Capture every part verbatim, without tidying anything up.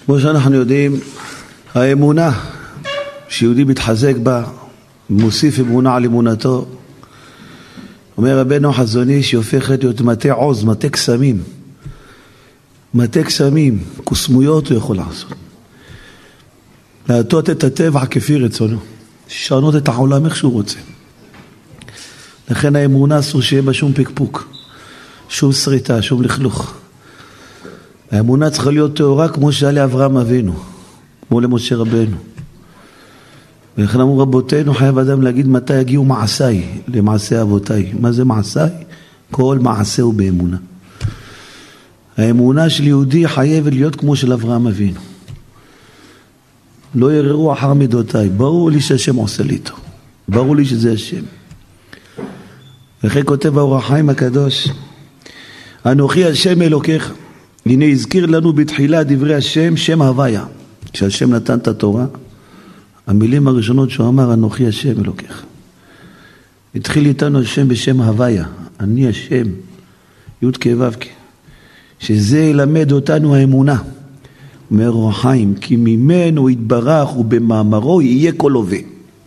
כמו שאנחנו יודעים, האמונה שיהודי מתחזק בה, מוסיף אמונה על אמונתו. אומר רבנו חזון איש, היא הופכת להיות מטה עוז, מטה קסמים. מטה קסמים, קוסמויות הוא יכול לעשות. להטות את הטבע כפי רצונו. לשנות את העולם איך שהוא רוצה. לכן האמונה אסור שיהיה בה שום פקפוק, שום שריטה, שום לכלוך. האמונה צריכה להיות טהורה כמו שהיה לאברהם אבינו, כמו למשה רבנו. ולכן אמרו רבותינו, חייב אדם להגיד מתי יגיעו מעשיי למעשה אבותיי. מה זה מעשיי? כל מעשה הוא באמונה. האמונה של יהודי חייבת להיות כמו של אברהם אבינו. לא יררו אחר מידותיי. ברור לי שהשם עושה לי איתו. ברור לי שזה השם. וכן כותב האור החיים הקדוש, אנוכי השם אלוקיך. הנה הזכיר לנו בתחילה דברי השם, שם הוויה. כשהשם נתן את התורה, המילים הראשונות שהוא אמר, אנוכי השם אלוקיך. התחיל איתנו השם בשם הוויה. אני השם, י' כו' כ'. שזה ילמד אותנו האמונה. אומר אור החיים, כי ממנו יתברך ובמאמרו יהיה כל הווה.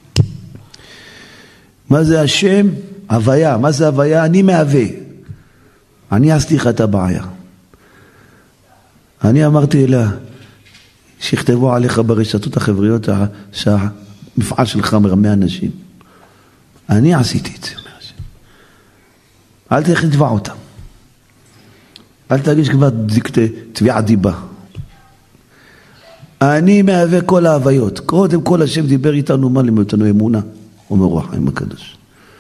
מה זה השם? הוויה. מה זה הוויה? אני מהווה. אני עשיתי לך את הבעיה. אני אמרתי לה, שיכתבו עליך ברשתות החבריות שהמפעל שלך מרמה אנשים. אני עשיתי את זה. אל תלך לתבע אותם. אל תגיש כבר תביעת דיבה. אני מהווה כל ההוויות. קודם כל השם דיבר איתנו, מה לימד אותנו? אמונה, אומר אור החיים הקדוש.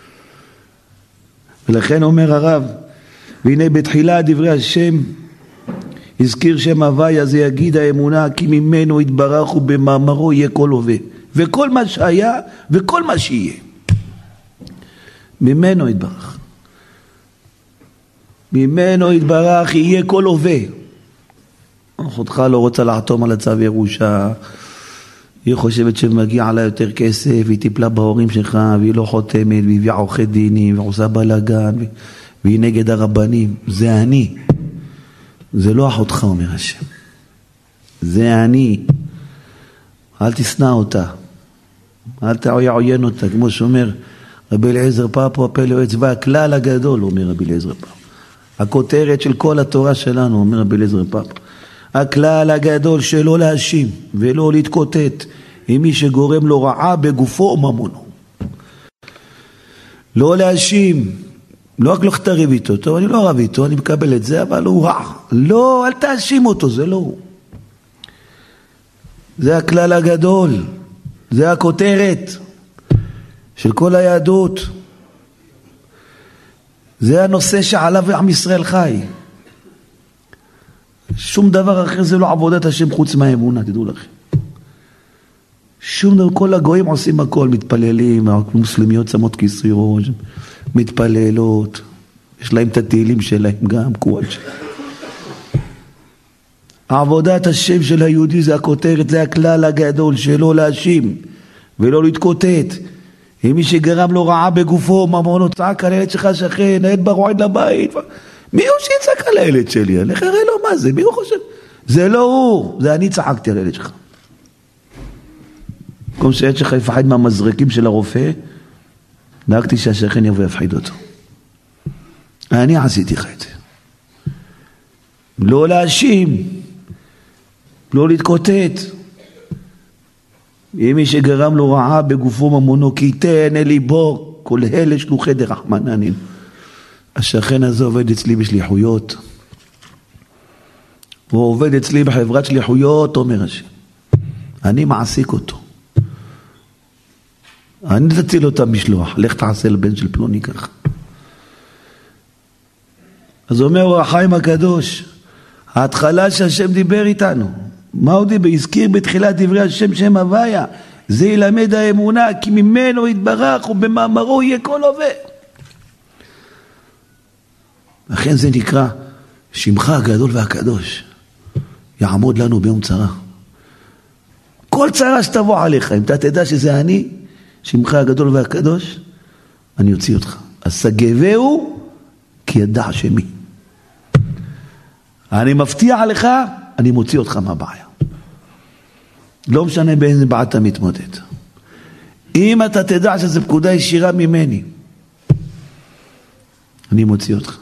ולכן אומר הרב, והנה בתחילה דברי השם, הזכיר שם הוויה, זה יגיד האמונה, כי ממנו יתברך ובמאמרו יהיה כל הווה. וכל מה שהיה וכל מה שיהיה. ממנו יתברך. ממנו יתברך יהיה כל הווה. אחותך לא רוצה לעתום על הצו ירושה, היא חושבת שמגיע לה יותר כסף, היא טיפלה בהורים שלך, והיא לא חותמת, והיא הביאה עורכי דינים, ועושה בלגן, והיא נגד הרבנים. זה אני. זה לא אחותך, אומר השם. זה אני. אל תשנא אותה. אל תעוין אותה. כמו שאומר רבי אליעזר פאפו, הפה לא יצבע, הכלל הגדול, אומר רבי אליעזר פאפו. הכותרת של כל התורה שלנו, אומר רבי אליעזר פאפו. הכלל הגדול שלא להאשים ולא להתקוטט עם מי שגורם לו רעה בגופו וממונו. לא להאשים. לא רק לא תריב איתו, טוב, אני לא רב איתו, אני מקבל את זה, אבל הוא רע. לא, אל תאשים אותו, זה לא הוא. זה הכלל הגדול, זה הכותרת של כל היהדות. זה הנושא שעליו עם ישראל חי. שום דבר אחר זה לא עבודת השם חוץ מהאמונה, תדעו לכם. שום דבר, כל הגויים עושים הכל, מתפללים, המוסלמיות שמות כיסוי ראש, מתפללות, יש להם את התהילים שלהם גם, כואב שלהם. עבודת השם של היהודי זה הכותרת, זה הכלל הגדול שלא להאשים ולא להתקוטט. אם מי שגרם לו רעה בגופו, ממונו, צעק על הילד שלך שכן, הילד ברועד לבית. מי הוא שיצעק על הילד שלי? לך הרי לו מה זה, מי הוא חושב? זה לא הוא, זה אני צעקתי על הילד שלך. במקום שהילד שלך יפחד מהמזרקים של הרופא, דאגתי שהשכן יבוא יפחיד אותו. אני עשיתי לך את זה. לא להאשים, לא להתקוטט. אם מי שגרם לו רעה בגופו ממונו, כי תן אל ליבו, כל אלה שלוחי דרחמננים. השכן הזה עובד אצלי בשליחויות. הוא עובד אצלי בחברת שליחויות, אומר השם. אני מעסיק אותו. אני תציל אותם משלוח, לך תעשה לבן של פלוני ככה. אז אומר אור החיים הקדוש, ההתחלה שהשם דיבר איתנו, מה הוא דיבר? הזכיר בתחילת דברי השם שם הוויה, זה ילמד האמונה, כי ממנו יתברך ובמאמרו יהיה כל הווה. לכן זה נקרא, שמך הגדול והקדוש, יעמוד לנו ביום צרה. כל צרה שתבוא עליך, אם אתה תדע שזה אני, שמך הגדול והקדוש, אני אוציא אותך. אז סגבהו כי ידע שמי. אני מבטיח לך, אני מוציא אותך מהבעיה. לא משנה באיזה בעיה אתה מתמודד. אם אתה תדע שזו פקודה ישירה ממני, אני מוציא אותך.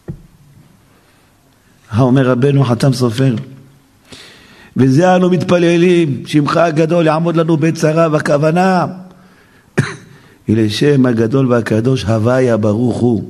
אומר רבנו חתם סופר, וזה אנו מתפללים, שמך הגדול יעמוד לנו בצרה, והכוונה היא לשם הגדול והקדוש הוויה ברוך הוא,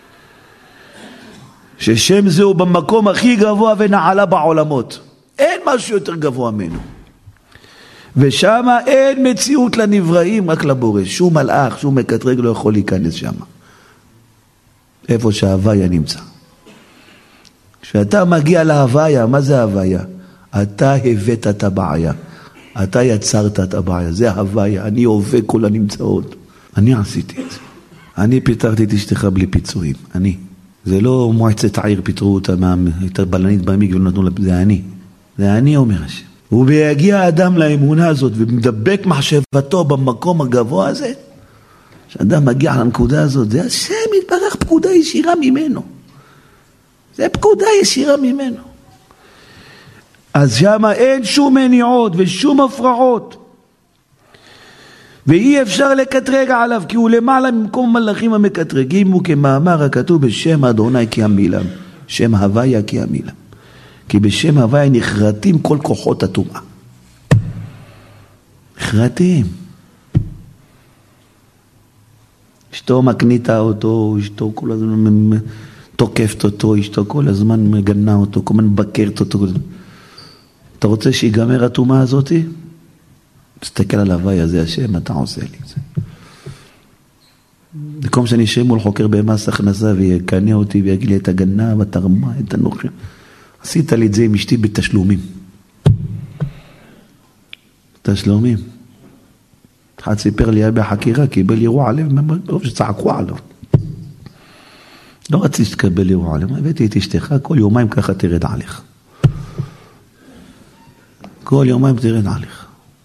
ששם זה הוא במקום הכי גבוה ונעלה בעולמות, אין משהו יותר גבוה ממנו, ושם אין מציאות לנבראים, רק לבורא. שום מלאך, שום מקטרג לא יכול להיכנס שם, איפה שההוויה נמצא. כשאתה מגיע להוויה, מה זה ההוויה? אתה הבאת את הבעיה, אתה יצרת את הבעיה, זה ההוויה. אני הווה כל הנמצאות, אני עשיתי את זה. אני פיתרתי את אשתך בלי פיצויים, אני. זה לא מועצת העיר פיתרו אותה יותר בלנית במקווה ונתנו לה, זה אני. זה אני אומר השם. וביגיע האדם לאמונה הזאת ומדבק מחשבתו במקום הגבוה הזה, כשאדם מגיע לנקודה הזאת, זה השם יתברך, פקודה ישירה ממנו. זה פקודה ישירה ממנו. אז שם אין שום מניעות ושום הפרעות. ואי אפשר לקטרג עליו, כי הוא למעלה ממקום מלאכים המקטרגים, הוא כמאמר הכתוב בשם אדוני כי המילם, שם הוויה כי המילם. כי בשם הוויה נחרטים כל כוחות הטומאה. נחרטים. אשתו מקניתה אותו, אשתו כל הזמן תוקפת אותו, אשתו כל הזמן מגנה אותו, כל הזמן מבקרת אותו. אתה רוצה שיגמר הטומאה הזאת? תסתכל על הוויה, זה השם, אתה עושה לי את זה. במקום שאני אשב מול חוקר במס הכנסה ויקנה אותי ויגיד לי את הגנב, את הרמה, את הנוכל. עשית לי את זה עם אשתי בתשלומים. תשלומים. אחד סיפר לי בחקירה, קיבל אירוע עליו, ברוב שצעקו עליו. לא רציתי שתקבל אירוע עליו, הבאתי את אשתך, כל יומיים ככה תרד עליך. כל יומיים תרד עליך.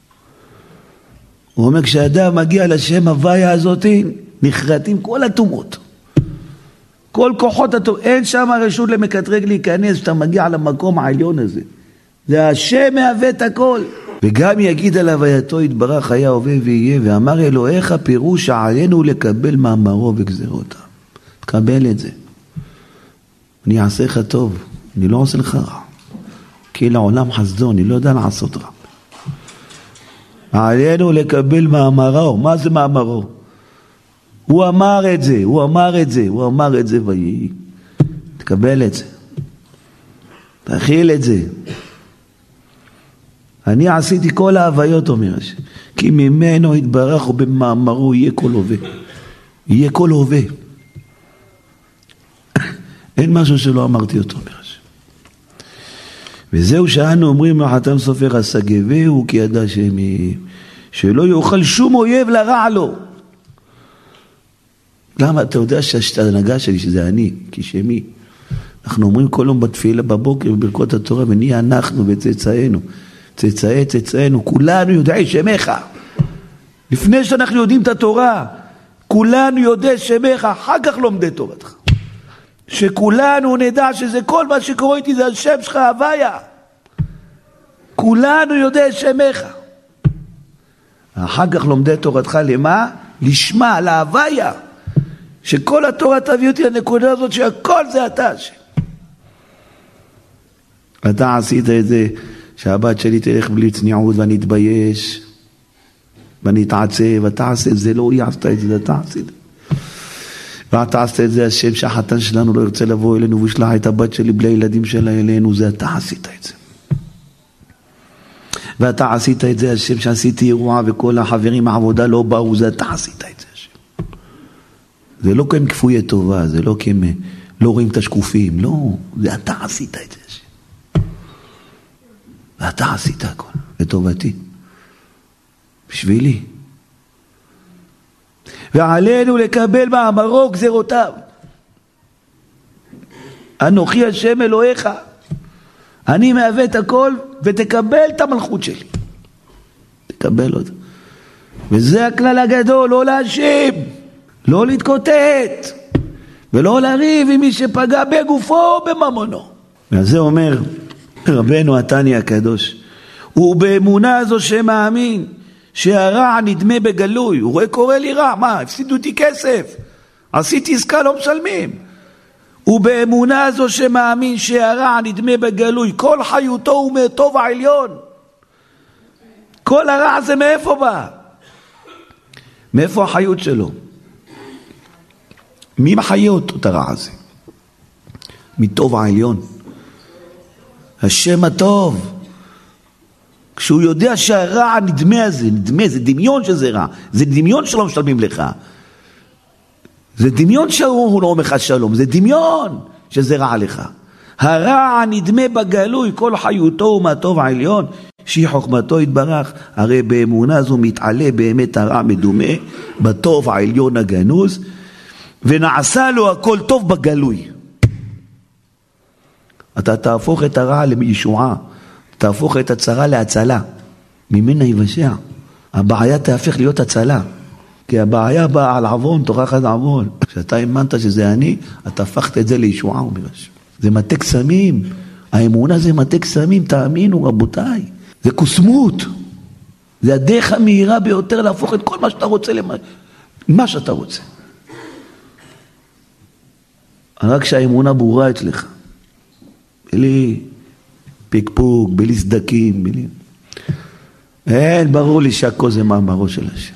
הוא אומר, כשאדם מגיע לשם הוויה הזאת, נחרטים כל הטומאות. כל כוחות הטומאות. אין שם רשות למקטרג להיכנס, שאתה מגיע למקום העליון הזה. זה השם מהווה את הכל. וגם יגיד על הווייתו יתברך היה הווה ויהיה, ואמר אלוהיך פירוש עלינו לקבל מאמרו וגזירותיו. תקבל את זה. אני אעשה לך טוב, אני לא עושה לך רע. כי לעולם חסדו, אני לא יודע לעשות רע. עלינו לקבל מאמרו. מה זה מאמרו? הוא אמר את זה, הוא אמר את זה, הוא אמר את זה ויהי. תקבל את זה. תכיל את זה. אני עשיתי כל ההוויות, אומר השם. כי ממנו יתברך ובמאמרו יהיה כל הווה. יהיה כל הווה. אין משהו שלא אמרתי אותו, אומר השם. וזהו שאנו אומרים לחתם סופר, הסגבהו כי ידע שמי, שלא יאכל שום אויב לרע לו. למה? אתה יודע שההנהגה שלי שזה אני, כי שמי. אנחנו אומרים כל יום בתפילה בבוקר בברכות התורה, ונהיה אנחנו וצאצאינו. צאצאי צאצאינו, כולנו יודעי שמך. לפני שאנחנו יודעים את התורה, כולנו יודעי שמך, אחר כך לומדי תורתך. שכולנו נדע שזה כל מה שקורה איתי זה השם שלך הוויה. כולנו יודעי שמך. אחר כך לומדי תורתך למה? לשמה, להוויה. שכל התורה תביא אותי לנקודה הזאת שהכל זה אתה השם. אתה עשית את זה שהבת שלי תלך בלי צניעות ואני אתבייש ואני אתעצב, אתה עשית את זה, לא היא עשתה את זה, אתה עשית. ואתה עשית את זה השם שהחתן שלנו לא ירצה לבוא אלינו וישלח את הבת שלי בלי ילדים שלה אלינו, זה אתה עשית את זה. ואתה עשית את זה השם שעשיתי אירוע וכל החברים העבודה לא באו, זה אתה עשית את זה השם. זה לא כי הם כפויי טובה, זה לא כי הם לא רואים את השקופים, לא, זה אתה עשית את זה השם. ואתה עשית הכל, לטובתי, בשבילי. ועלינו לקבל מאמרו גזירותיו. אנוכי השם אלוהיך, אני מהווה את הכל ותקבל את המלכות שלי. תקבל אותה. וזה הכלל הגדול, לא להאשים, לא להתקוטט, ולא לריב עם מי שפגע בגופו או בממונו. וזה אומר רבנו התניא הקדוש, ובאמונה הזו שמאמין שהרע נדמה בגלוי. הוא רואה קורא לי רע, מה? הפסידו אותי כסף, עשיתי עסקה, לא משלמים. ובאמונה הזו שמאמין שהרע נדמה בגלוי, כל חיותו הוא מהטוב העליון. כל הרע הזה מאיפה בא? מאיפה החיות שלו? מי מחיה אותו את הרע הזה? מטוב העליון, השם הטוב. כשהוא יודע שהרע נדמה הזה, נדמה, זה דמיון שזה רע, זה דמיון שלא משלמים לך, זה דמיון שהוא לא אומר לך שלום, זה דמיון שזה רע לך. הרע נדמה בגלוי, כל חיותו הוא מהטוב העליון, שהיא חוכמתו יתברך. הרי באמונה זו מתעלה באמת הרע מדומה בטוב העליון הגנוז, ונעשה לו הכל טוב בגלוי. אתה תהפוך את הרע לישועה, תהפוך את הצרה להצלה, ממנה יבשע. הבעיה תהפך להיות הצלה, כי הבעיה באה על עוון, תוכח על עוון. כשאתה האמנת שזה אני, אתה הפכת את זה לישועה, אומר השם. זה מטה קסמים, האמונה זה מטה קסמים, תאמינו רבותיי. זה קוסמות, זה הדרך המהירה ביותר להפוך את כל מה שאתה רוצה למה מה שאתה רוצה. רק שהאמונה ברורה אצלך, בלי פיקפוק, בלי סדקים, בלי... אין, ברור לי שהכל זה מאמרו של השם.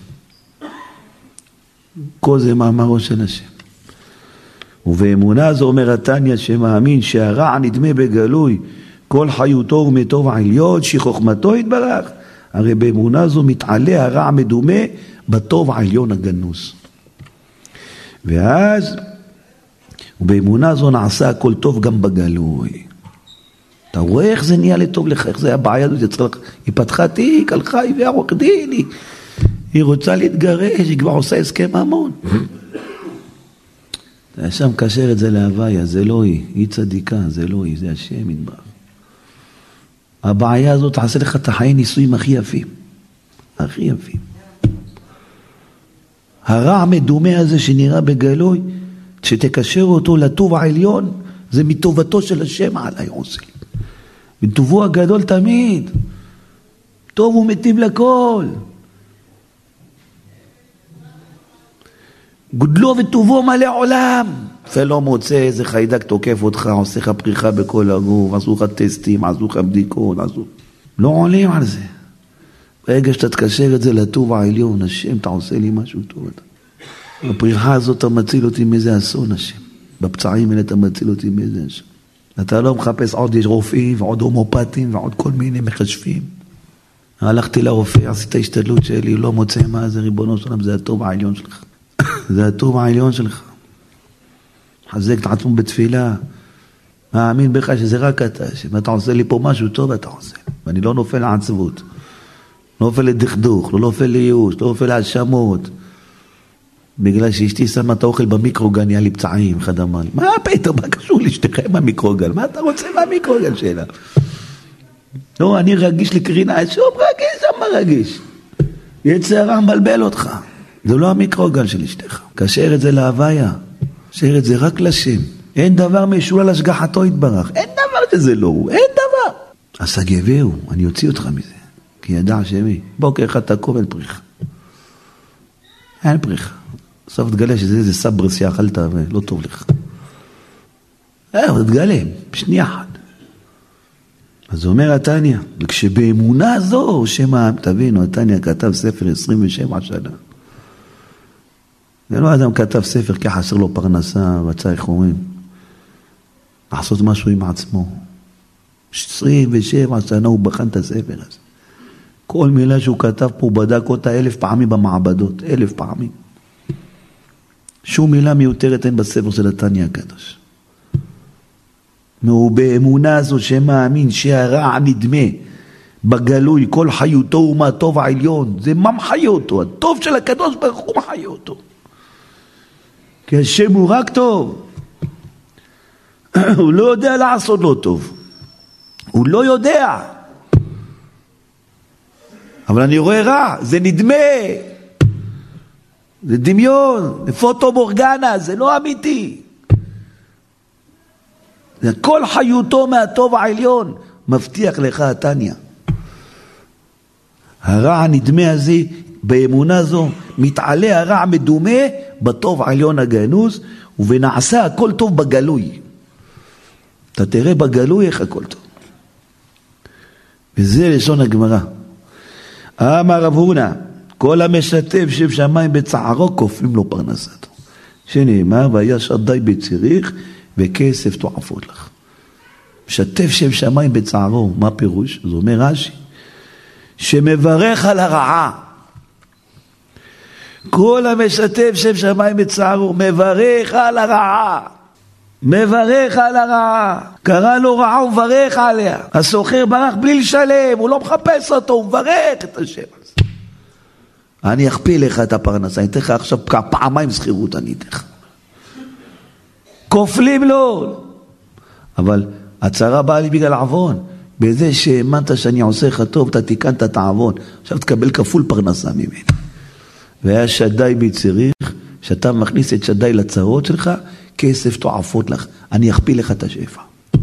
כל זה מאמרו של השם. ובאמונה זו אומר התניא שמאמין שהרע נדמה בגלוי, כל חיותו ומטוב העליון, שחוכמתו יתברך. הרי באמונה זו מתעלה הרע מדומה בטוב העליון הגנוז. ואז, ובאמונה זו נעשה הכל טוב גם בגלוי. אתה רואה איך זה נהיה לטוב לך, איך זה הבעיה הזאת יצרה לך. היא פתחה תיק, הלכה, היא הביאה עורך דין, היא, היא רוצה להתגרש, היא כבר עושה הסכם המון. אתה שם קשר את זה להוויה, זה לא היא, היא צדיקה, זה לא היא, זה השם יתברך. הבעיה הזאת תעשה לך את החיי נישואים הכי יפים, הכי יפים. הרע מדומה הזה שנראה בגלוי, שתקשר אותו לטוב העליון, זה מטובתו של השם עליי עושה. מטובו הגדול תמיד, טוב ומטיב לכל. גודלו וטובו מלא עולם. ולא מוצא איזה חיידק תוקף אותך, עושה לך פריחה בכל הגוף, עשו לך טסטים, עשו לך בדיקות, עשו... לא עולים על זה. ברגע שאתה תקשר את זה לטוב העליון, השם, אתה עושה לי משהו טוב. בפריחה הזאת אתה מציל אותי מאיזה אסון, השם. בפצעים האלה אתה מציל אותי מאיזה אסון. אתה לא מחפש עוד רופאים ועוד הומופטים ועוד כל מיני מחשבים. הלכתי לרופא, עשיתי השתדלות שלי, לא מוצא מה זה, ריבונו שלם, זה הטוב העליון שלך. זה הטוב העליון שלך. חזק את עצמו בתפילה. מאמין בך שזה רק אתה, שאם אתה עושה לי פה משהו טוב, אתה עושה. ואני לא נופל לעצבות. לא נופל לדכדוך, לא נופל לייאוש, לא נופל להאשמות. בגלל שאשתי שמה את האוכל במיקרוגל, נהיה לי פצעים, אחד אמר לי, מה פתאום, מה קשור לאשתכם במיקרוגל? מה אתה רוצה מהמיקרוגל שלה? לא, אני רגיש לקרינה, שום רגיש, מה רגיש? יצא הרע מבלבל אותך. זה לא המיקרוגל של אשתך. קשר את זה להוויה. קשר את זה רק לשם. אין דבר משולל השגחתו יתברך. אין דבר שזה לא הוא. אין דבר. אז הגבהו, אני אוציא אותך מזה. כי ידע שמי. בוקר אחד תקום אין פריחה. אין פריחה. בסוף תגלה שזה איזה סברס שאכלת ולא טוב לך. אה, תגלה. בשנייה אחת. אז אומר התניא, וכשבאמונה הזו, שמה, תבינו, התניא כתב ספר עשרים ושבע שנה. זה לא אדם כתב ספר כי חסר לו פרנסה, רצה איך אומרים. לעשות משהו עם עצמו. עשרים ושבע שנה הוא בחן את הספר הזה. כל מילה שהוא כתב פה, הוא בדק אותה אלף פעמים במעבדות, אלף פעמים. שום מילה מיותרת אין בספר של התניא הקדוש. ובאמונה הזו שמאמין שהרע נדמה בגלוי, כל חיותו הוא מהטוב העליון. זה מה מחיה אותו? הטוב של הקדוש ברוך הוא מחיה אותו. כי השם הוא רק טוב. הוא לא יודע לעשות לו טוב. הוא לא יודע. אבל אני רואה רע, זה נדמה. זה דמיון, זה פוטו מורגנה, זה לא אמיתי. זה כל חיותו מהטוב העליון, מבטיח לך התניא. הרע הנדמה הזה, באמונה זו, מתעלה הרע המדומה בטוב עליון הגנוז, ונעשה הכל טוב בגלוי. אתה תראה בגלוי איך הכל טוב. וזה לשון הגמרא. אמר רב הונא, כל המשתף שם שמיים בצערו כופלים לו פרנסתו. שנאמר, והיה שדי בצריך וכסף תועפות לך. משתף שם שמיים בצערו, מה פירוש? זה אומר רש"י, שמברך על הרעה. כל המשתף שם שמיים בצערו, מברך על הרעה. מברך על הרעה. קרא לו רעה ומברך עליה. הסוחר ברח בלי לשלם, הוא לא מחפש אותו, הוא מברך את השם הזה. אני אכפיל לך את הפרנסה, אני אתן לך עכשיו פעמיים שכירות, אני אתן לך. כופלים לו. אבל הצרה באה לי בגלל עוון. בזה שהאמנת שאני עושה לך טוב, אתה תיקנת את העוון. עכשיו תקבל כפול פרנסה ממני. והיה שדי בצריך, שאתה מכניס את שדי לצרות שלך, כסף תועפות לך. אני אכפיל לך את השפע.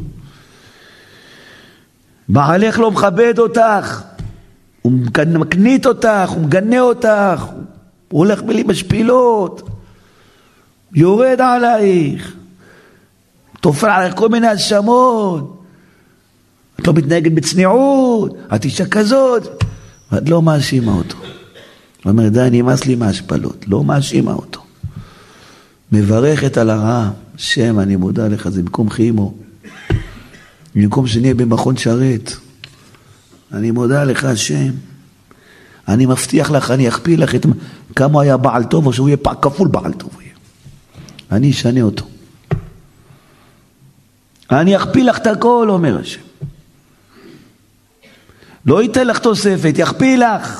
בעלך לא מכבד אותך. הוא מקנית אותך, הוא מגנה אותך. הוא הולך בלי משפילות. יורד עלייך. תופר עליך כל מיני האשמות. את לא מתנהגת בצניעות. את אישה כזאת. ואת לא מאשימה אותו. הוא אומר, די, נמאס לי מהשפלות. לא מאשימה אותו. מברכת על הרעה. שם, אני מודה לך, זה במקום חיימו. במקום שנהיה במכון שרת. אני מודה לך, השם. אני מבטיח לך, אני אכפיל לך את כמה היה בעל טוב, או שהוא יהיה כפול בעל טוב. אני אשנה אותו. אני אכפיל לך את הכל, אומר השם. לא ייתן לך תוספת, יכפיל לך.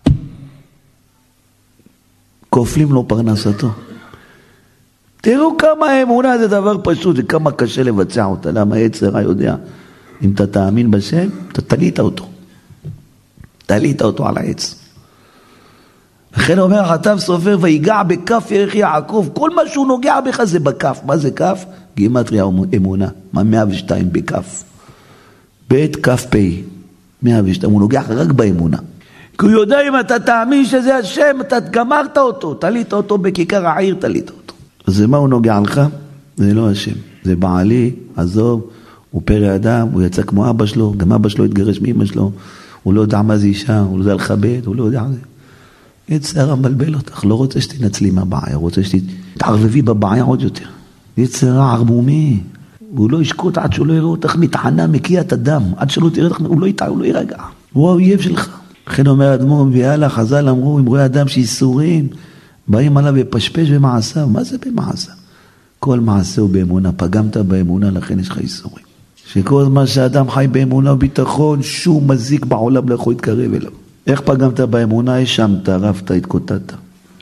כופלים לו פרנסתו. תראו כמה האמונה זה דבר פשוט, וכמה קשה לבצע אותה. למה יצר יודע, אם אתה תאמין בשם, אתה תלית אותו. תלית אותו על העץ. לכן אומר החתם סופר, ויגע בכף ירך יעקב, כל מה שהוא נוגע בך זה בכף. מה זה כף? גימטריה אמונה. מה מאה ושתיים בכף? בית כף פי. מאה ושתיים, הוא נוגע רק באמונה. כי הוא יודע אם אתה תאמין שזה השם, אתה גמרת אותו, תלית אותו בכיכר העיר, תלית אותו. אז זה מה הוא נוגע לך? זה לא השם. זה בעלי, עזוב, הוא פרא אדם, הוא יצא כמו אבא שלו, גם אבא שלו התגרש מאמא שלו, הוא לא יודע מה זה אישה, הוא לא יודע לכבד, הוא לא יודע זה. יצר מבלבל אותך, לא רוצה שתנצלי מהבעיה, רוצה שתתערבבי בבעיה עוד יותר. יצר ערמומי, הוא לא ישקוט עד שהוא לא יראה אותך מתענה, מקיע את הדם, עד שלא תראה אותך, הוא לא יתע, הוא לא ירגע. הוא האויב שלך. לכן אומר אדמו"ר ויאללה, חז"ל אמרו, אם רואה אדם שאיסורים, באים עליו ופשפש במעשיו. מה זה במעשיו? כל מעשה הוא באמונה, פגמת באמונה, לכן יש לך איסורים. שכל זמן שאדם חי באמונה וביטחון, שום מזיק בעולם לא יכול להתקרב אליו. איך פגמת באמונה? ישמת, רבת, התקוטטת.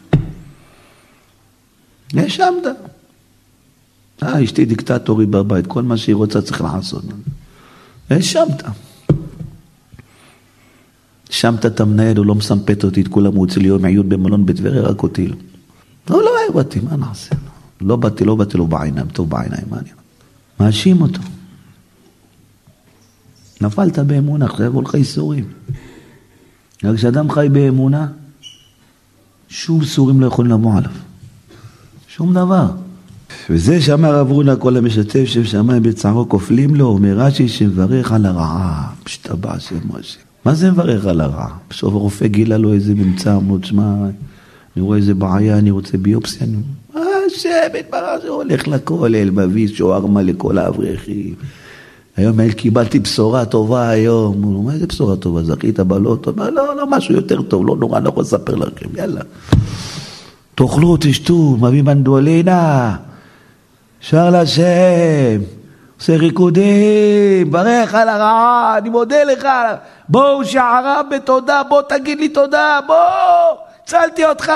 ישמת. אה, אשתי דיקטטורית בבית, כל מה שהיא רוצה צריך לעשות. ישמת. שמת את המנהל, הוא לא מסמפת אותי, את כולם הוא אצל יום עיון במלון בטבריה, רק אותי לא. לא, לא אוהב אותי, מה נעשה? לא באתי, לא באתי לו בעיניים, טוב בעיניים, מה אני? מאשים אותו. נפלת באמונה, חייבו לך איסורים. רק כשאדם חי באמונה, שום איסורים לא יכולים לבוא עליו. שום דבר. וזה שאמר רב הונא, כל המשתף שם שמיים בצערו כופלים לו, אומר רש"י שמברך על הרעה, משתבח שם משה. מה זה מברך על הרעה? בסוף הרופא גילה לו איזה ממצא, אמרו, תשמע, אני רואה איזה בעיה, אני רוצה ביופסיה, אני... מה השם, התברר שהולך לכולל, מביא שוארמה לכל האברכים. היום אל קיבלתי בשורה טובה היום. הוא אומר, מה זה בשורה טובה? זכית בלוטו? לא, לא, לא, משהו יותר טוב, לא נורא, לא יכול לספר לכם, יאללה. תאכלו, תשתו, מביא מנדולינה, שר לשם, עושה ריקודים, ברך על הרעה, אני מודה לך, בואו שערה בתודה, בוא תגיד לי תודה, בוא, הצלתי אותך.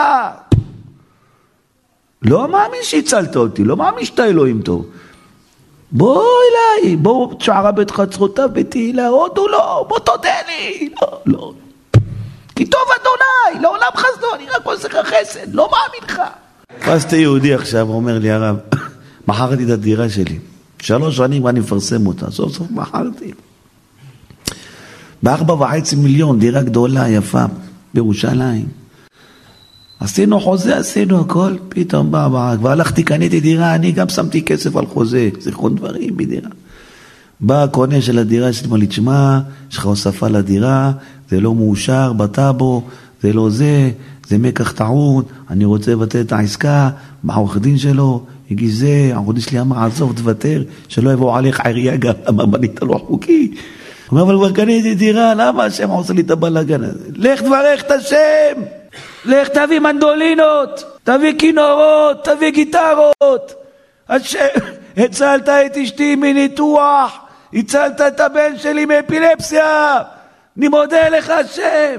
לא מאמין שהצלת אותי, לא מאמין שאתה אלוהים טוב. בוא אליי, בוא שערה בית חצרותיו בתהילה, הודו לא, בוא תודה לי, לא, לא. כי טוב אדוני, לעולם חסדו, אני רק עושה לך חסד, לא מאמין לך. פסטי יהודי עכשיו, אומר לי הרב, מכרתי את הדירה שלי. שלוש שנים ואני מפרסם אותה, סוף סוף מכרתי. בארבע וחצי מיליון, דירה גדולה, יפה, בירושלים. עשינו חוזה, עשינו הכל, פתאום בא, בא, והלכתי, קניתי דירה, אני גם שמתי כסף על חוזה, זיכרון דברים בדירה. בא הקונה של הדירה, שאתה אומר לי, תשמע, יש לך הוספה לדירה, זה לא מאושר בטאבו, זה לא זה, זה מקח טעון, אני רוצה לבטל את העסקה, בעורך דין שלו, הגיש זה, העורך דין שלי אמר, עזוב, תוותר, שלא יבואו עליך עירייה גם, למה בנית לו חוקי. הוא אומר, אבל כבר קניתי דירה, למה השם עושה לי את הבלגן הזה? לך תברך את השם, לך תביא מנדולינות, תביא כינורות, תביא גיטרות. השם, הצלת את אשתי מניתוח, הצלת את הבן שלי מאפילפסיה, אני מודה לך השם.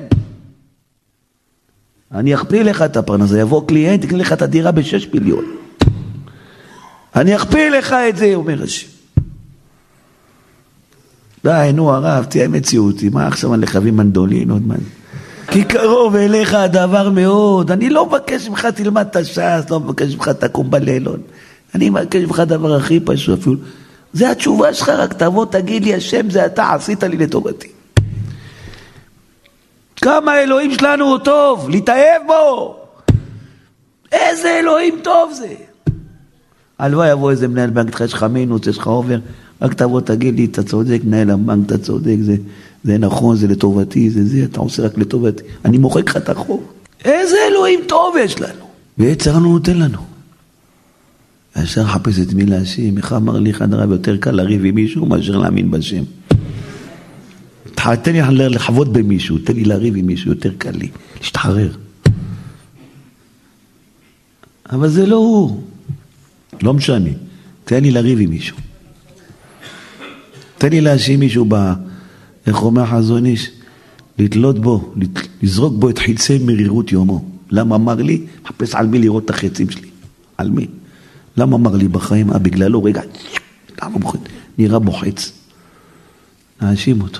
אני אכפיל לך את הפרנסה, יבוא קליינט, יקנה לך את הדירה בשש מיליון. אני אכפיל לך את זה, אומר השם. די, נו הרב, תהיה מציאותי, מה עכשיו אני לחבי מנדולין עוד מה? כי קרוב אליך הדבר מאוד, אני לא מבקש ממך תלמד את הש"ס, לא מבקש ממך תקום בלילון, אני מבקש ממך דבר הכי פשוט, אפילו, זה התשובה שלך, רק תבוא תגיד לי, השם זה אתה, עשית לי לטובתי. כמה אלוהים שלנו הוא טוב, להתאהב בו. איזה אלוהים טוב זה. הלוואי יבוא איזה מנהל בנק, יש לך מינוס, יש לך עובר, רק תבוא תגיד לי, אתה צודק, מנהל הבנק, אתה צודק, זה, זה נכון, זה לטובתי, זה זה, אתה עושה רק לטובתי. אני מוחק לך את החוב. איזה אלוהים טוב יש לנו. ויצר לנו נותן לנו. ישר חפש את מי להשם, איך אמר לי אחד הרב, יותר קל לריב עם מישהו מאשר להאמין בשם. תן לי לחוות במישהו, תן לי לריב עם מישהו, יותר קל לי, להשתחרר. אבל זה לא הוא. לא משנה. תן לי לריב עם מישהו. תן לי להאשים מישהו ב... איך אומר חזון איש? לתלות בו, לזרוק בו את חיצי מרירות יומו. למה אמר לי? מחפש על מי לראות את החצים שלי. על מי? למה אמר לי בחיים? אה, בגללו, רגע, למה בוחץ? נראה בוחץ. להאשים אותו.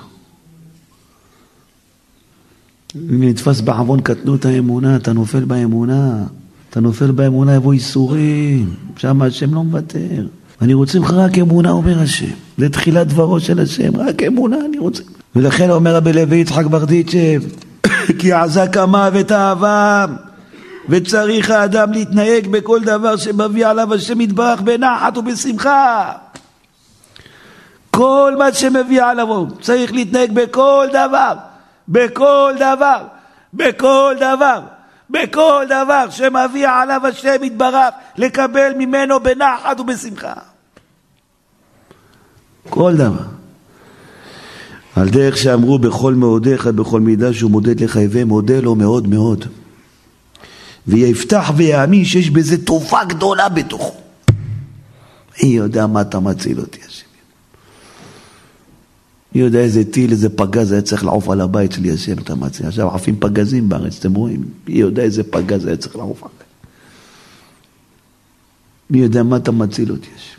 אם נתפס בעוון קטנות האמונה, אתה נופל באמונה. אתה נופל באמונה, יבוא איסורים. שם השם לא מוותר. אני רוצה ממך רק אמונה, אומר השם. זה תחילת דברו של השם, רק אמונה אני רוצה. ולכן אומר רבי לוי יצחק ברדיצ'ב, כי עזה כמה ותאווה, וצריך האדם להתנהג בכל דבר שמביא עליו השם יתברך בנחת ובשמחה. כל מה שמביא עליו, צריך להתנהג בכל דבר, בכל דבר, בכל דבר, בכל דבר שמביא עליו השם יתברך, לקבל ממנו בנחת ובשמחה. כל דבר. על דרך שאמרו בכל מאודיך, בכל מידה שהוא מודד לך, הווה מודה לו מאוד מאוד. ויפתח ויאמין שיש בזה תופעה גדולה בתוכו. אני יודע מה אתה מציל אותי, השם. אני יודע איזה טיל, איזה פגז היה צריך לעוף על הבית שלי, השם, אתה מציל. עכשיו עפים פגזים בארץ, אתם רואים? אני יודע איזה פגז היה צריך לעוף עליי. אני יודע מה אתה מציל אותי, השם.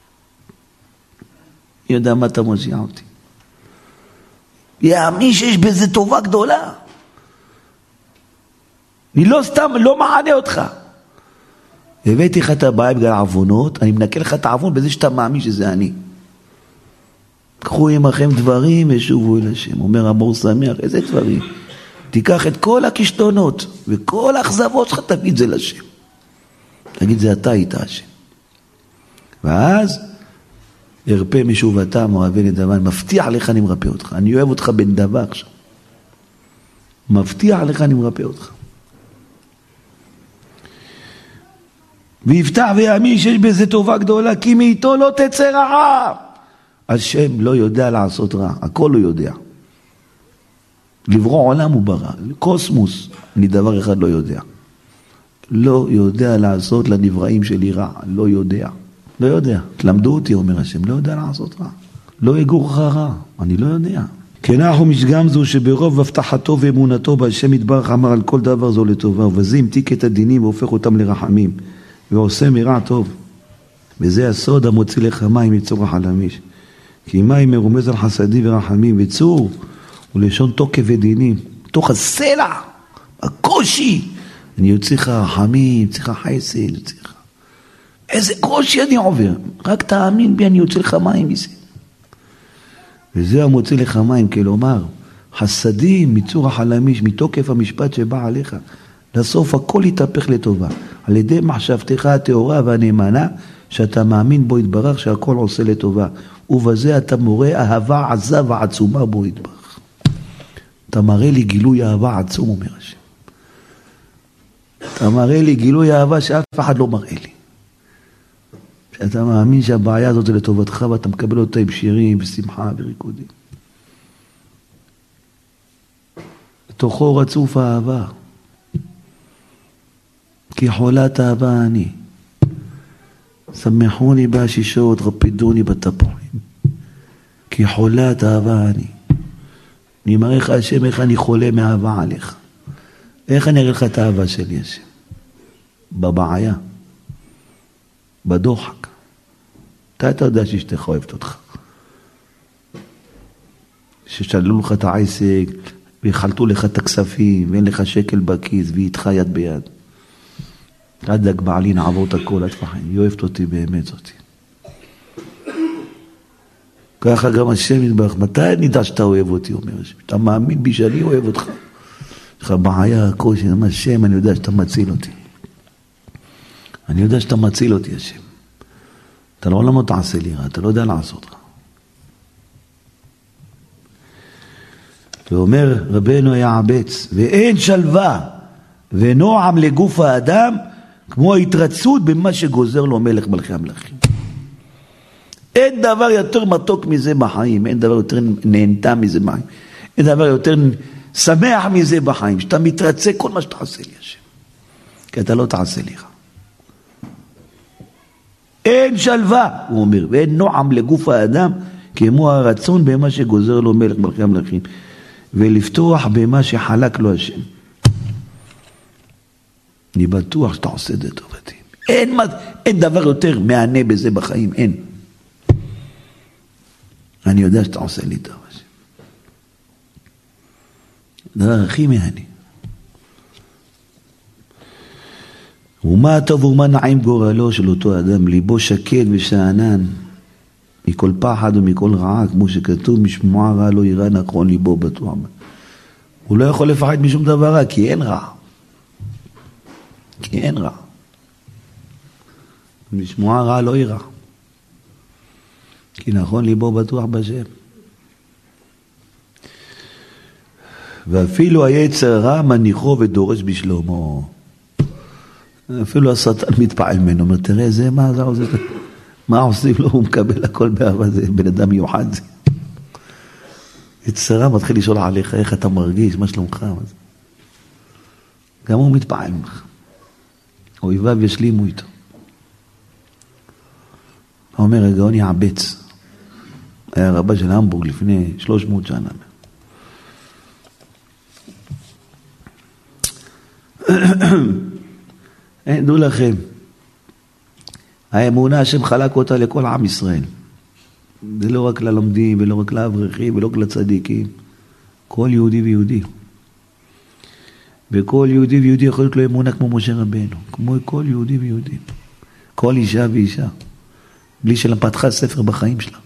אני יודע מה אתה מושיע אותי. יאמין שיש בזה טובה גדולה. אני לא סתם, לא מענה אותך. הבאתי לך את הבעיה בגלל העוונות, אני מנקה לך את העוון בזה שאתה מאמין שזה אני. קחו עמכם דברים ושובו אל השם. אומר אמור שמח, איזה דברים? תיקח את כל הכישלונות וכל האכזבות שלך, תגיד זה לשם. תגיד זה אתה איתה השם. ואז ירפא משובתם אוהבי נדבה, מבטיח לך אני מרפא אותך. אני אוהב אותך בן דבר עכשיו. מבטיח לך אני מרפא אותך. ויפתח ויאמין שיש בזה טובה גדולה, כי מאיתו לא תצא רעה. השם לא יודע לעשות רע, הכל הוא יודע. לברוא עולם הוא ברא, קוסמוס, אני דבר אחד לא יודע. לא יודע לעשות לנבראים שלי רע, לא יודע. לא יודע, תלמדו אותי, אומר השם, לא יודע לעשות רע. לא יגור לך רע, אני לא יודע. כן אנחנו משגם זו שברוב הבטחתו ואמונתו בהשם יתברך אמר על כל דבר זו לטובה, ובזה המתיק את הדינים והופך אותם לרחמים, ועושה מרע טוב. וזה הסוד המוציא לך מים מצור החלמיש. כי מים מרומז על חסדי ורחמים, וצור ולשון תוקף ודינים. תוך הסלע, הקושי, אני יוצא לך רחמים, יוצא לך חסד, יוצא לך. איזה קושי אני עובר, רק תאמין בי, אני יוצא לך מים מזה. וזה המוציא לך מים, כלומר, חסדים, מצור החלמיש, מתוקף המשפט שבא עליך. לסוף הכל יתהפך לטובה. על ידי מחשבתך התאורה והנאמנה, שאתה מאמין בו יתברך שהכל עושה לטובה. ובזה אתה מורה אהבה עזה ועצומה בו יתברך. אתה מראה לי גילוי אהבה עצום, אומר השם. אתה מראה לי גילוי אהבה שאף אחד לא מראה לי. שאתה מאמין שהבעיה הזאת זה לטובתך ואתה מקבל אותה עם שירים ושמחה וריקודים. בתוכו רצוף האהבה. כי חולת אהבה אני. שמחוני בהשישות, רפידוני בתפוחים. כי חולת אהבה אני. אני מראה לך השם איך אני חולה מאהבה עליך. איך אני אראה לך את האהבה שלי השם? בבעיה. בדוחק. אתה אתה יודע שאשתך אוהבת אותך. ששללו לך את העסק, ויחלטו לך את הכספים, ואין לך שקל בכיס, והיא איתך יד ביד. תדאג בעלי נעבור את הכל, את פחד. היא אוהבת אותי באמת זאתי. ככה גם השם יתברך. מתי נדע שאתה אוהב אותי, אומר השם? אתה מאמין בי שאני אוהב אותך. יש לך בעיה, קושי, אומר השם, אני יודע שאתה מציל אותי. אני יודע שאתה מציל אותי, השם. אתה לעולם לא תעשה לי רע, אתה לא יודע לעשות רע. ואומר רבנו יעבץ, ואין שלווה ונועם לגוף האדם, כמו ההתרצות במה שגוזר לו מלך מלכי המלכים. אין דבר יותר מתוק מזה בחיים, אין דבר יותר נהנתה מזה בחיים, אין דבר יותר שמח מזה בחיים, שאתה מתרצה כל מה שתעשה לי השם, כי אתה לא תעשה לי רע. אין שלווה, הוא אומר, ואין נועם לגוף האדם, כמו הרצון במה שגוזר לו מלך מלכי המלכים, ולפתוח במה שחלק לו השם. אני בטוח שאתה עושה את זה טובתי. אין, אין דבר יותר מענה בזה בחיים, אין. אני יודע שאתה עושה לי טוב. דבר הכי מהני. ומה הטוב ומה נעים גורלו של אותו אדם, ליבו שקט ושענן, מכל פחד ומכל רעה, כמו שכתוב, משמועה רע לא יראה נכון ליבו בטוח. הוא לא יכול לפחד משום דבר רע, כי אין רע. כי אין רע. משמועה רע לא יראה. כי נכון ליבו בטוח בשם. ואפילו היצר רע מניחו ודורש בשלומו. אפילו השטן מתפעל ממנו, אומר, תראה זה מה זה עושה, מה עושים לו, הוא מקבל הכל באהבה, זה בן אדם מיוחד זה. יצר רע מתחיל לשאול עליך, איך אתה מרגיש, מה שלומך, גם הוא מתפעל ממך. אויביו ישלימו איתו. הוא אומר, הגאון יעבץ, היה רבה של המבורג לפני שלוש מאות שנה. דעו לכם, האמונה השם חלק אותה לכל עם ישראל. זה לא רק ללומדים ולא רק לאברכים ולא רק לצדיקים. כל יהודי ויהודי. וכל יהודי ויהודי יכול להיות לו אמונה כמו משה רבנו. כמו כל יהודי ויהודי. כל אישה ואישה. בלי שלה פתחה ספר בחיים שלה.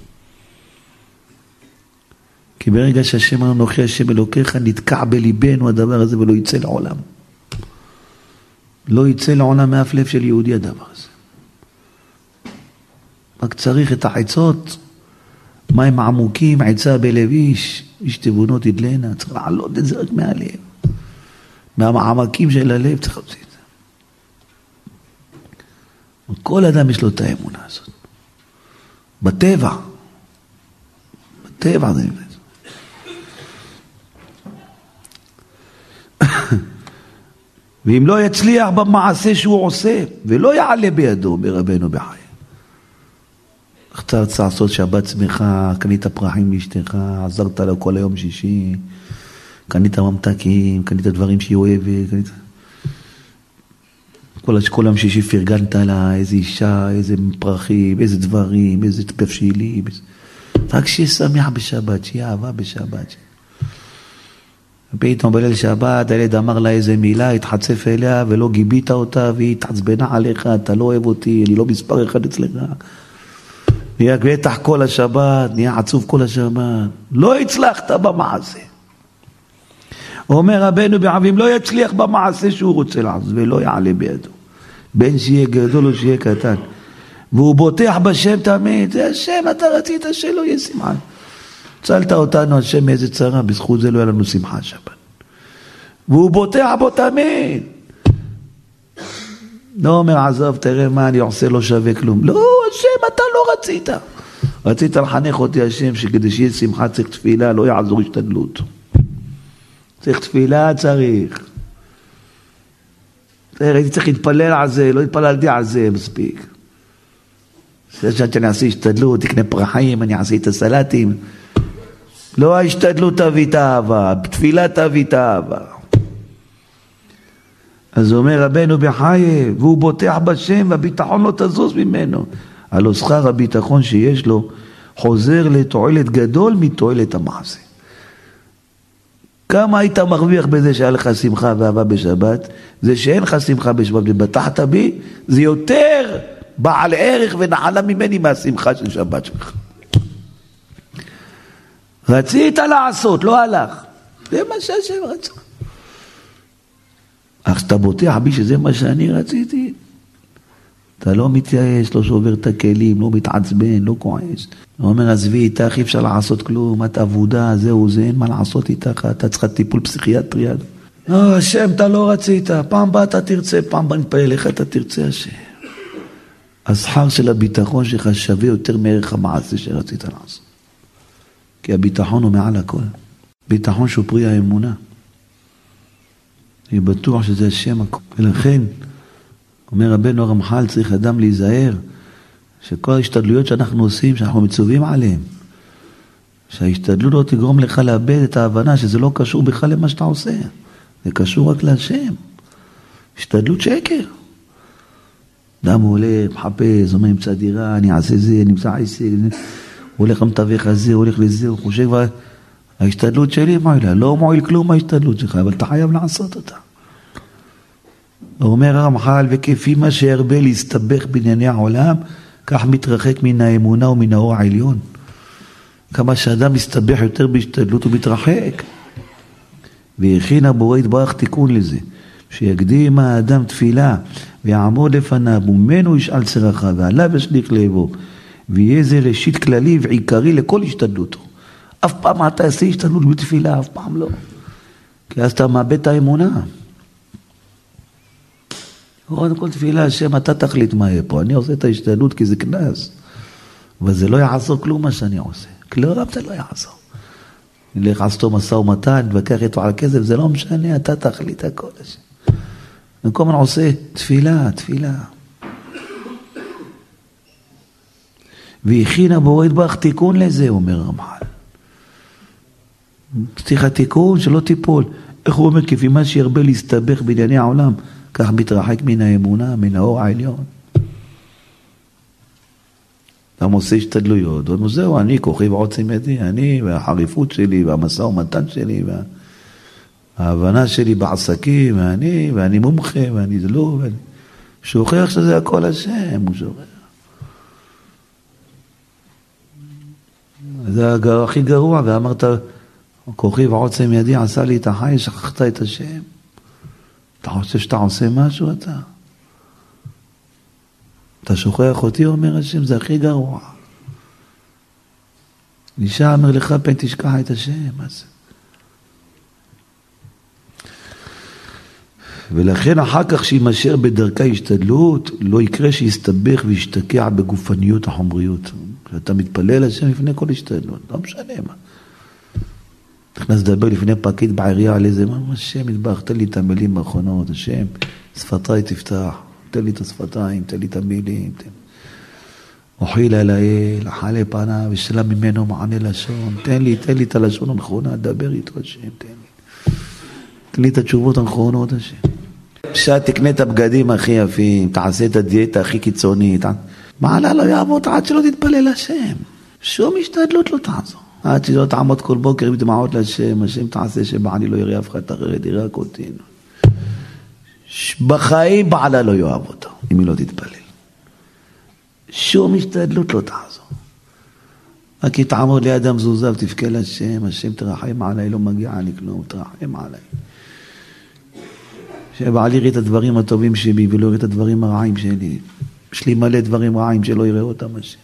כי ברגע שהשם אנוכי השם אלוקיך נתקע בליבנו הדבר הזה ולא יצא לעולם. לא יצא לעולם מאף לב של יהודי הדבר הזה. רק צריך את החצות, מים עמוקים, עצה בלב איש, איש תבונות ידלנה, צריך לעלות את זה רק מהלב. מהעמקים של הלב צריך להוציא את זה. כל אדם יש לו את האמונה הזאת. בטבע. בטבע זה נמצא. ואם לא יצליח במעשה שהוא עושה, ולא יעלה בידו ברבנו בחיי. אתה רוצה לעשות שבת שמחה, קנית פרחים לאשתך, עזרת לה כל היום שישי, קנית ממתקים, קנית דברים שהיא אוהבת, קנית... כל, כל היום שישי פרגנת לה איזה אישה, איזה פרחים, איזה דברים, איזה תבשילים. איזה... רק שיהיה שמח בשבת, שיהיה אהבה בשבת. פתאום בליל שבת, הילד אמר לה איזה מילה, התחצף אליה ולא גיבית אותה, והיא התעצבנה עליך, אתה לא אוהב אותי, אני לא מספר אחד אצלך. נהיה בטח כל השבת, נהיה עצוב כל השבת. לא הצלחת במעשה. אומר רבנו בעבים, לא יצליח במעשה שהוא רוצה לעשות, ולא יעלה בידו. בין שיהיה גדול או שיהיה קטן. והוא בוטח בשם תמיד, זה השם, אתה רצית שלא יהיה שמחה. צלת אותנו השם מאיזה צרה, בזכות זה לא היה לנו שמחה שבת. והוא בוטח בו תמיד. לא אומר, עזוב, תראה מה אני עושה, לא שווה כלום. לא, השם, אתה לא רצית. רצית לחנך אותי השם, שכדי שיהיה שמחה צריך תפילה, לא יעזור השתדלות. צריך תפילה, צריך. הייתי צריך להתפלל על זה, לא התפללתי על זה מספיק. שאני אעשה השתדלות, תקנה פרחים, אני אעשה את הסלטים. לא ההשתדלות תביא את האהבה, בתפילה תביא את האהבה. אז אומר רבנו בחייב, והוא בוטח בשם, והביטחון לא תזוז ממנו. הלא שכר הביטחון שיש לו, חוזר לתועלת גדול מתועלת המעשה. כמה היית מרוויח בזה שהיה לך שמחה ואהבה בשבת? זה שאין לך שמחה בשבת ובטחת בי, זה יותר בעל ערך ונחלה ממני מהשמחה של שבת שלך. רצית לעשות, לא הלך. זה מה שהשם רצה. אך שאתה בוטח בי שזה מה שאני רציתי, אתה לא מתייאש, לא שובר את הכלים, לא מתעצבן, לא כועס. הוא אומר, עזבי איתך, אי אפשר לעשות כלום, את עבודה, זהו, זה, אין מה לעשות איתך, אתה צריכה טיפול פסיכיאטרי. לא, השם, אתה לא רצית, פעם באה אתה תרצה, פעם באה נתפלל לך, אתה תרצה השם. השכר של הביטחון שלך שווה יותר מערך המעשה שרצית לעשות. כי הביטחון הוא מעל הכל. ביטחון שהוא פרי האמונה. אני בטוח שזה השם הכל. ולכן, אומר רבנו הרמח"ל, צריך אדם להיזהר, שכל ההשתדלויות שאנחנו עושים, שאנחנו מצווים עליהן, שההשתדלות לא תגרום לך לאבד את ההבנה שזה לא קשור בכלל למה שאתה עושה. זה קשור רק להשם. השתדלות שקר. אדם הוא הולך, מחפש, אומר, נמצא דירה, אני אעשה זה, נמצא עסק, הוא הולך למתווך הזה, הוא הולך לזה, הוא חושב, ההשתדלות שלי מועילה, לא מועיל כלום ההשתדלות שלך, אבל אתה חייב לעשות אותה. הוא אומר הרמח"ל, וכפי מה שהרבה להסתבך בענייני העולם, כך מתרחק מן האמונה ומן האור העליון. כמה שאדם מסתבך יותר בהשתדלות הוא מתרחק. והכין הבורא יתברך תיקון לזה, שיקדים האדם תפילה ויעמוד לפניו וממנו ישאל צרכיו ועליו ישליך לבו, ויהיה זה ראשית כללי ועיקרי לכל השתדלותו. אף פעם אתה תעשה השתדלות בתפילה, אף פעם לא. כי אז אתה מאבד את האמונה. קודם כל תפילה, השם, אתה תחליט מה יהיה פה. אני עושה את ההשתדלות כי זה כנס. אבל זה לא יעזור כלום מה שאני עושה. כלום זה לא יעזור. נלך עשתו מסע ומתן, נתווכח איתו על הכסף, זה לא משנה, אתה תחליט הכל. במקום אני עושה תפילה, תפילה. והכין הבורא יתברך תיקון לזה, אומר הרמח"ל. צריך התיקון שלא תיפול. איך הוא אומר? כפי מה שירבה להסתבך בענייני העולם, כך מתרחק מן האמונה, מן האור העליון. אתה עושה השתדלויות, וזהו, אני כוחי ועוצם ידי, אני והחריפות שלי, והמשא ומתן שלי, וההבנה שלי בעסקים, ואני, ואני מומחה, ואני זה לא, ואני... שוכח שזה הכל השם, הוא שוכח. זה הכי גרוע, ואמרת, כוחי ועוצם ידי עשה לי את החי, שכחת את השם. אתה חושב שאתה עושה משהו אתה? אתה שוכח אותי, אומר השם, זה הכי גרוע. אישה אמר לך, פן תשכח את השם. אז... ולכן אחר כך שימשך בדרכה השתדלות, לא יקרה שיסתבך וישתקע בגופניות החומריות. אתה מתפלל השם לפני כל השתדלות, לא משנה מה. נכנס לדבר לפני פקיד בעירייה על איזה, מה השם יתברך, תן לי את המילים האחרונות, השם, שפתיי תפתח, תן לי את השפתיים, תן לי את המילים, תן... אוחיל אליי, לחלה פניו, ושלה ממנו מענה לשון, תן לי, תן לי את הלשון הנכונה, דבר איתו השם, תן לי. תן לי את התשובות הנכונות, השם. פשט, תקנה את הבגדים הכי יפים, תעשה את הדיאטה הכי קיצונית, מעלה לא יעבוד עד שלא תתפלל השם. שום השתדלות לא תעזור. עד שלא תעמוד כל בוקר בדמעות להשם, השם תעשה שבעלי לא יראה אף אחד אחרת, יראה רק אותי. בחיים בעלה לא יאהב אותו, אם היא לא תתפלל. שום השתדלות לא תעזור. רק היא תעמוד ליד המזוזה ותבכה להשם, השם תרחם עליי, לא מגיע לי כלום, תרחם עליי. שבעלי יראה את הדברים הטובים שבי ולא יראה את הדברים הרעים שלי. יש לי מלא דברים רעים שלא יראה אותם השם.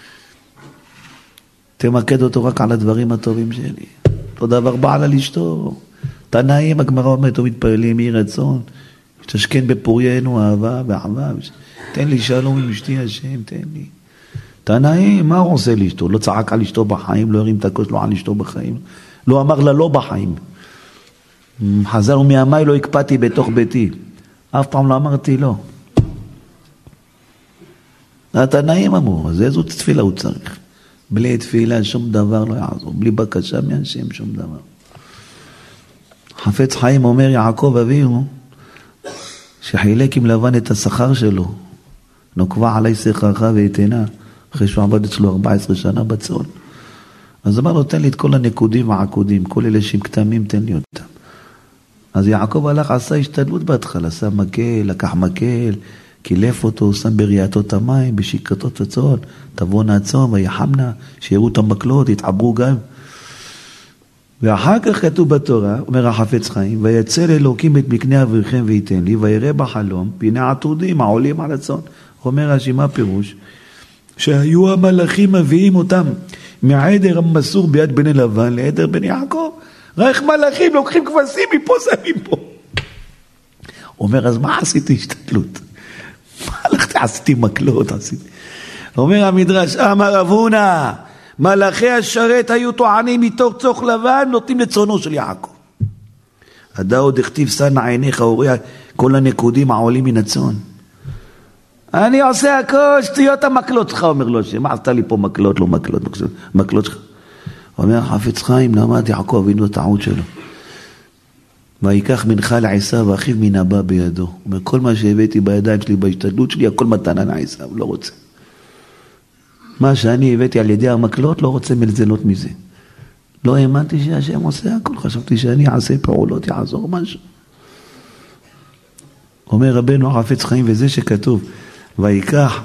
תמקד אותו רק על הדברים הטובים שלי. אותו דבר בעל על אשתו. תנאים, הגמרא אומרת, ומתפעלים יהי רצון. שתשכן בפוריינו אהבה ואהבה. תן לי שלום עם אשתי השם, תן לי. תנאים, מה הוא עושה לאשתו? לא צעק על אשתו בחיים, לא הרים את הכוס, לא על אשתו בחיים. לא אמר לה לא בחיים. חזר ומימי לא הקפאתי בתוך ביתי. אף פעם לא אמרתי לא. התנאים אמרו, אז איזו תפילה הוא צריך. בלי תפילה שום דבר לא יעזור. בלי בקשה מהשם שום דבר. חפץ חיים אומר יעקב אבינו, שחילק עם לבן את השכר שלו. נוקבה עלי שכרך ואתנה. אחרי שהוא עבד אצלו ארבע עשרה שנה בצאן. אז אמר לו, תן לי את כל הנקודים והעקודים, כל אלה שהם קטמים, תן לי אותם. אז יעקב הלך, עשה השתדלות בהתחלה, שם מקל, לקח מקל, קילף אותו, שם בריאתו את המים, בשיקתו את הצאן, תבוא נעצום, ויחמנה, שיראו את המקלות, יתעברו גם. ואחר כך כתוב בתורה, אומר החפץ חיים, ויצא לאלוקים את מקנה אבריכם וייתן לי, ויראה בחלום, והנה עתודים העולים על הצאן. אומר רש"י, מה פירוש? שהיו המלאכים מביאים אותם מהעדר המסור ביד בני לבן לעדר בני יעקב. רק מלאכים לוקחים כבשים מפה שמים פה. אומר, אז מה עשיתי השתדלות? מה הלכתי? עשיתי מקלות, עשיתי. אומר המדרש, אמר אבונה, מלאכי השרת היו טוענים מתוך צוך לבן, נותנים לצונו של יעקב. הדא עוד הכתיב שא עיניך, הוריע כל הנקודים העולים מן הצאן. אני עושה הכל, שטויות המקלות שלך, אומר לו, מה עשתה לי פה מקלות, לא מקלות, מקלות שלך. אומר חפץ חיים, למד יעקב, הבינו את הטעות שלו. ויקח מנחה לעשיו, ואחיו מן הבא בידו. הוא אומר, כל מה שהבאתי בידיים שלי, בהשתדלות שלי, הכל מתנה לעשיו, לא רוצה. מה שאני הבאתי על ידי המקלות, לא רוצה מלזלות מזה. לא האמנתי שהשם עושה הכל, חשבתי שאני אעשה פעולות, יעזור משהו. אומר רבנו חפץ חיים, וזה שכתוב, ויקח,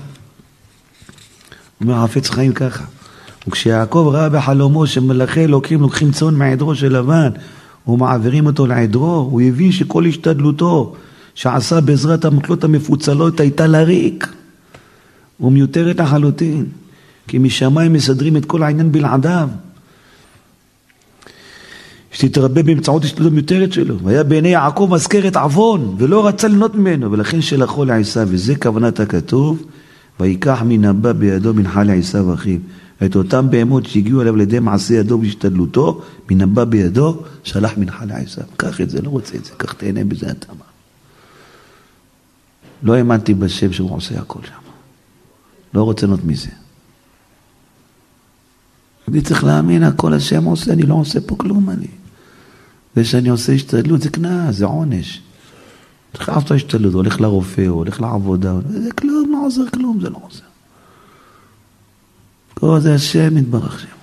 אומר חפץ חיים ככה, וכשיעקב ראה בחלומו שמלאכי אלוקים לוקחים צאן מעדרו של לבן, ומעבירים אותו לעדרו, הוא הבין שכל השתדלותו שעשה בעזרת המקלות המפוצלות הייתה לריק, ומיותרת לחלוטין, כי משמיים מסדרים את כל העניין בלעדיו, שתתרבה באמצעות השתדלות מיותרת שלו, והיה בעיני יעקב מזכרת עוון, ולא רצה לנות ממנו, ולכן שלחו לעשיו, וזה כוונת הכתוב, ויקח מן הבא בידו מנחה לעשיו אחיו, את אותם בהמות שהגיעו אליו לידי מעשה ידו והשתדלותו, מן הבא בידו, שלח מנחה לעשיו. קח את זה, לא רוצה את זה, קח תהנה בזה אתה אמר. לא האמנתי בשם שהוא עושה הכל שם. לא רוצה לנות מזה. אני צריך להאמין, הכל השם עושה, אני לא עושה פה כלום אני. ושאני עושה השתדלות, זה קנאה, זה עונש. צריך לעשות השתדלות, הולך לרופא, הולך לעבודה, זה כלום, לא עוזר כלום, זה לא עוזר. כל זה השם יתברך שמו.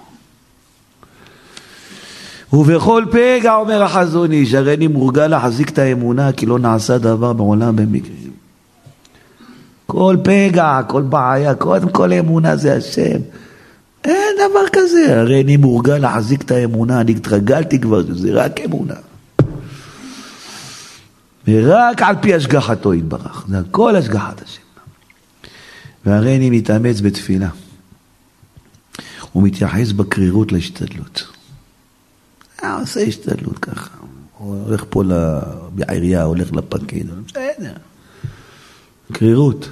ובכל פגע אומר החזון איש, הרי אני מורגל להחזיק את האמונה, כי לא נעשה דבר בעולם במקרים. כל פגע, כל בעיה, קודם כל אמונה זה השם. אין דבר כזה, הרי אני מורגל להחזיק את האמונה, אני התרגלתי כבר, זה רק אמונה. ורק על פי השגחתו יתברך, זה הכל השגחת השם. והרי אני מתאמץ בתפילה. הוא מתייחס בקרירות להשתדלות. הוא עושה השתדלות ככה. הוא הולך פה בעירייה, הולך לפקיד. בסדר. קרירות.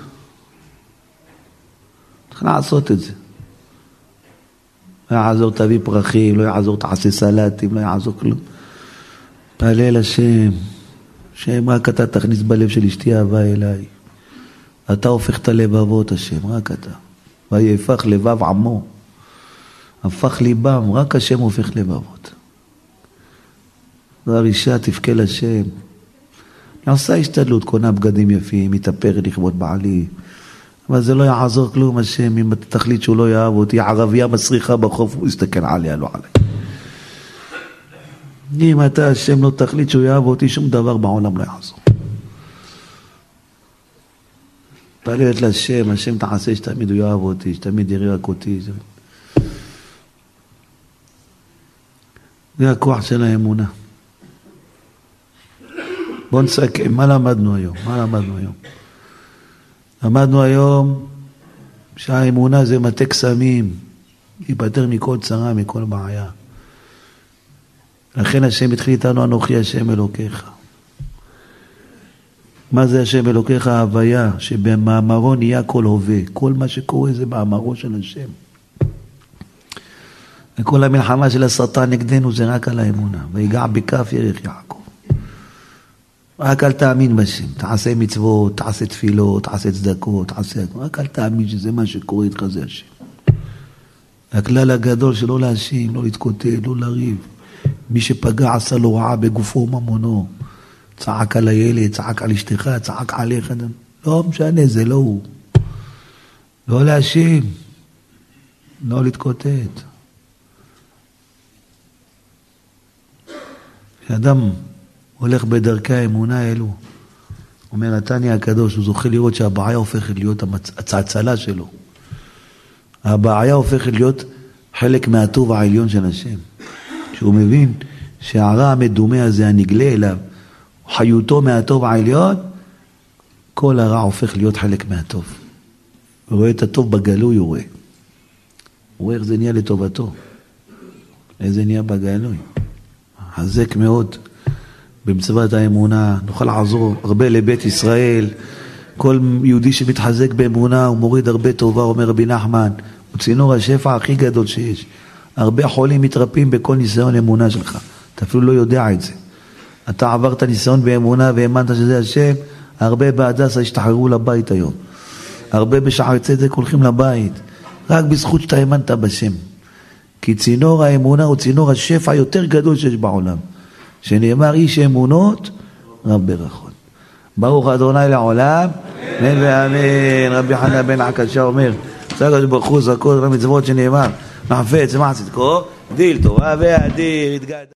צריך לעשות את זה. לא יעזור תביא פרחים, לא יעזור תעשה סלטים, לא יעזור כלום. תעלה לשם. שם רק אתה תכניס בלב של אשתי אהבה אליי. אתה הופך את הלבבות השם, רק אתה. ויהפך לבב עמו. הפך ליבם, רק השם הופך לבבות. והרישה תבכה לשם. אני עושה השתדלות, קונה בגדים יפים, מתאפרת לכבוד בעלי. אבל זה לא יעזור כלום השם, אם אתה תחליט שהוא לא יאהב אותי, ערבייה מסריחה בחוף, הוא יסתכל עליה, לא עליי. אם אתה השם לא תחליט שהוא יאהב אותי, שום דבר בעולם לא יעזור. תעלת לשם, השם תעשה שתמיד הוא יאהב אותי, שתמיד יראה רק אותי. זה הכוח של האמונה. בואו נסכם, מה למדנו היום? מה למדנו היום? למדנו היום שהאמונה זה מטה קסמים, ייפטר מכל צרה, מכל בעיה. לכן השם התחיל איתנו, אנוכי השם אלוקיך. מה זה השם אלוקיך? ההוויה, שבמאמרו נהיה כל הווה. כל מה שקורה זה מאמרו של השם. וכל המלחמה של השטן נגדנו זה רק על האמונה. ויגע בכף ירך יעקב. רק אל תאמין בשם. תעשה מצוות, תעשה תפילות, תעשה צדקות, תעשה... רק אל תאמין שזה מה שקורה איתך זה השם. הכלל הגדול שלא להאשים, לא להתקוטט, לא לריב. מי שפגע עשה לו רעה בגופו וממונו. צעק על הילד, צעק על אשתך, צעק עליך. לא משנה, זה לא הוא. לא להאשים. לא להתקוטט. כשאדם הולך בדרכי האמונה האלו, אומר נתניה הקדוש, הוא זוכה לראות שהבעיה הופכת להיות הצעצלה שלו. הבעיה הופכת להיות חלק מהטוב העליון של השם. כשהוא מבין שהרע המדומה הזה הנגלה אליו, חיותו מהטוב העליון, כל הרע הופך להיות חלק מהטוב. הוא רואה את הטוב בגלוי, הוא רואה. הוא רואה איך זה נהיה לטובתו. איזה נהיה בגלוי. חזק מאוד במצוות האמונה, נוכל לעזור הרבה לבית ישראל. כל יהודי שמתחזק באמונה הוא מוריד הרבה טובה, אומר רבי נחמן, הוא צינור השפע הכי גדול שיש. הרבה חולים מתרפים בכל ניסיון אמונה שלך, אתה אפילו לא יודע את זה. אתה עברת ניסיון באמונה והאמנת שזה השם, הרבה בהדסה השתחררו לבית היום. הרבה בשערי צדק הולכים לבית, רק בזכות שאתה האמנת בשם. כי צינור האמונה הוא צינור השפע יותר גדול שיש בעולם. שנאמר איש אמונות רב ברכות. ברוך אדוני לעולם, אמן ואמן. רבי חנן בן עקשיא אומר, צגש ברוך הוא זכות במצוות שנאמר, מחפץ מעשה צדקו, גדיל תורה ואדיר, התגדל.